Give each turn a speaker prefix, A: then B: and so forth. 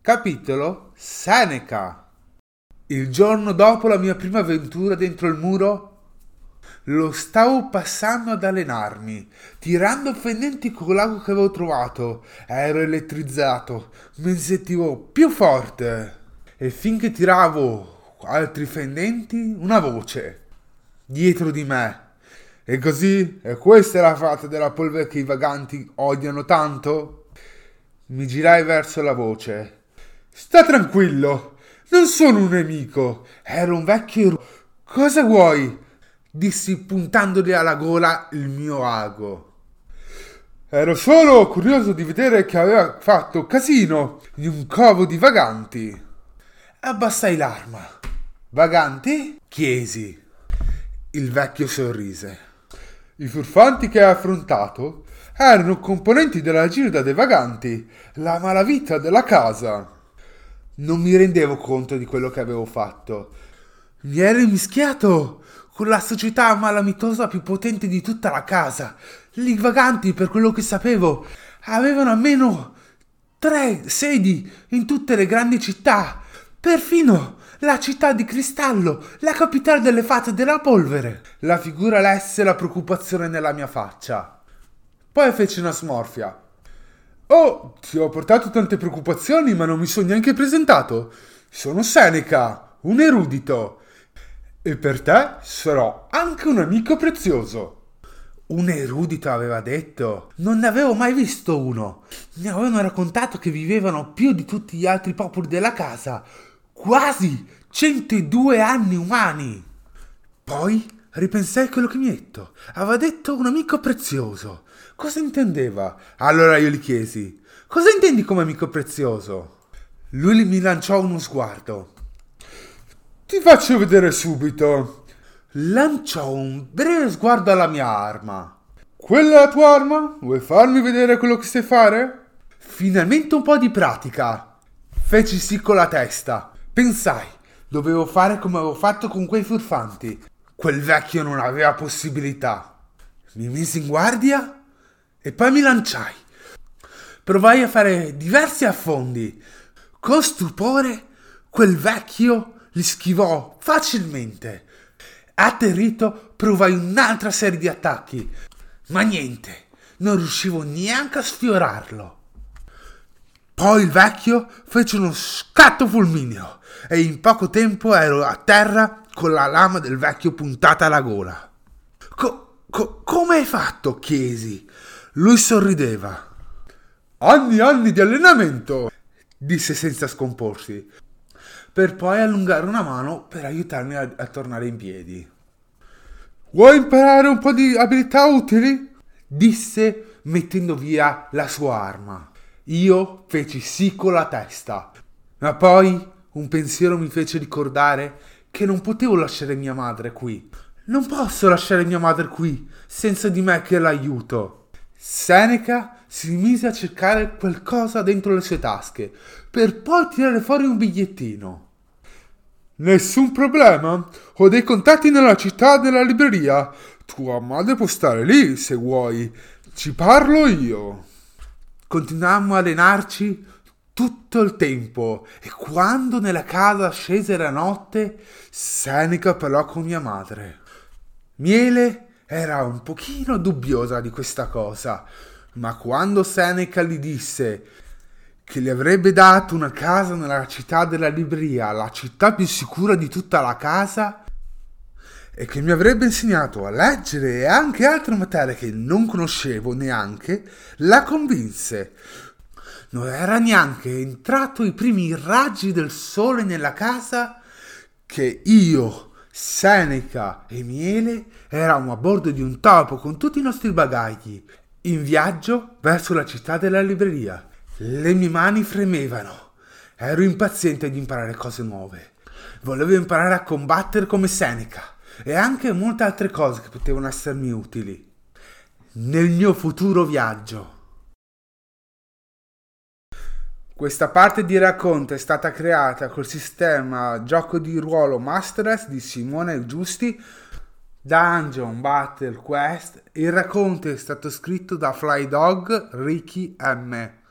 A: Capitolo Seneca. Il giorno dopo la mia prima avventura dentro il muro, lo stavo passando ad allenarmi, tirando fendenti con l'ago che avevo trovato. Ero elettrizzato, mi sentivo più forte. E finché tiravo altri fendenti, una voce dietro di me. E così? E questa è la fata della polvere che i vaganti odiano tanto? Mi girai verso la voce. Sta tranquillo, non sono un nemico, ero un vecchio. Cosa vuoi? Dissi puntandogli alla gola il mio ago. Ero solo curioso di vedere che aveva fatto casino in un covo di vaganti. Abbassai l'arma. Vaganti? Chiesi. Il vecchio sorrise. I furfanti che hai affrontato erano componenti della gilda dei vaganti, la malavita della casa. Non mi rendevo conto di quello che avevo fatto. Mi ero mischiato con la società malavitosa più potente di tutta la casa. I vaganti, per quello che sapevo, avevano almeno 3 sedi in tutte le grandi città. Perfino la città di cristallo, la capitale delle fate della polvere. La figura lesse la preoccupazione nella mia faccia. Poi fece una smorfia. Oh, ti ho portato tante preoccupazioni, ma non mi sono neanche presentato. Sono Seneca, un erudito. E per te sarò anche un amico prezioso. Un erudito, aveva detto. Non ne avevo mai visto uno. Mi avevano raccontato che vivevano più di tutti gli altri popoli della casa. Quasi 102 anni umani. Poi ripensai a quello che mi ha detto. Aveva detto un amico prezioso. Cosa intendeva? Allora io gli chiesi: cosa intendi come amico prezioso? Lui mi lanciò uno sguardo. Ti faccio vedere subito. Lanciò un breve sguardo alla mia arma. Quella è la tua arma? Vuoi farmi vedere quello che sai fare? Finalmente un po' di pratica. Feci sì con la testa. Pensai, dovevo fare come avevo fatto con quei furfanti. Quel vecchio non aveva possibilità. Mi misi in guardia e poi mi lanciai. Provai a fare diversi affondi. Con stupore, quel vecchio li schivò facilmente. Atterrito, provai un'altra serie di attacchi, ma niente, non riuscivo neanche a sfiorarlo. Poi il vecchio fece uno scatto fulmineo e in poco tempo ero a terra con la lama del vecchio puntata alla gola. Come hai fatto? Chiesi. Lui sorrideva. Anni di allenamento, disse senza scomporsi, per poi allungare una mano per aiutarmi a tornare in piedi. Vuoi imparare un po' di abilità utili? Disse mettendo via la sua arma. Io feci sì con la testa, ma poi un pensiero mi fece ricordare che non potevo lasciare mia madre qui. Non posso lasciare mia madre qui senza di me che l'aiuto. Seneca si mise a cercare qualcosa dentro le sue tasche per poi tirare fuori un bigliettino. Nessun problema, ho dei contatti nella città della libreria. Tua madre può stare lì se vuoi, ci parlo io. Continuammo a allenarci tutto il tempo e quando nella casa scese la notte, Seneca parlò con mia madre. Miele era un pochino dubbiosa di questa cosa, ma quando Seneca gli disse che gli avrebbe dato una casa nella città della libreria, la città più sicura di tutta la casa, e che mi avrebbe insegnato a leggere e anche altre materie che non conoscevo neanche, la convinse. Non era neanche entrato i primi raggi del sole nella casa che io, Seneca e Miele eravamo a bordo di un topo con tutti i nostri bagagli, in viaggio verso la città della libreria. Le mie mani fremevano. Ero impaziente di imparare cose nuove. Volevo imparare a combattere come Seneca e anche molte altre cose che potevano essermi utili nel mio futuro viaggio. Questa parte di racconto è stata creata col sistema gioco di ruolo Masters di Simone Giusti, Dungeon Battle Quest. Il racconto è stato scritto da Fly Dog Ricky M.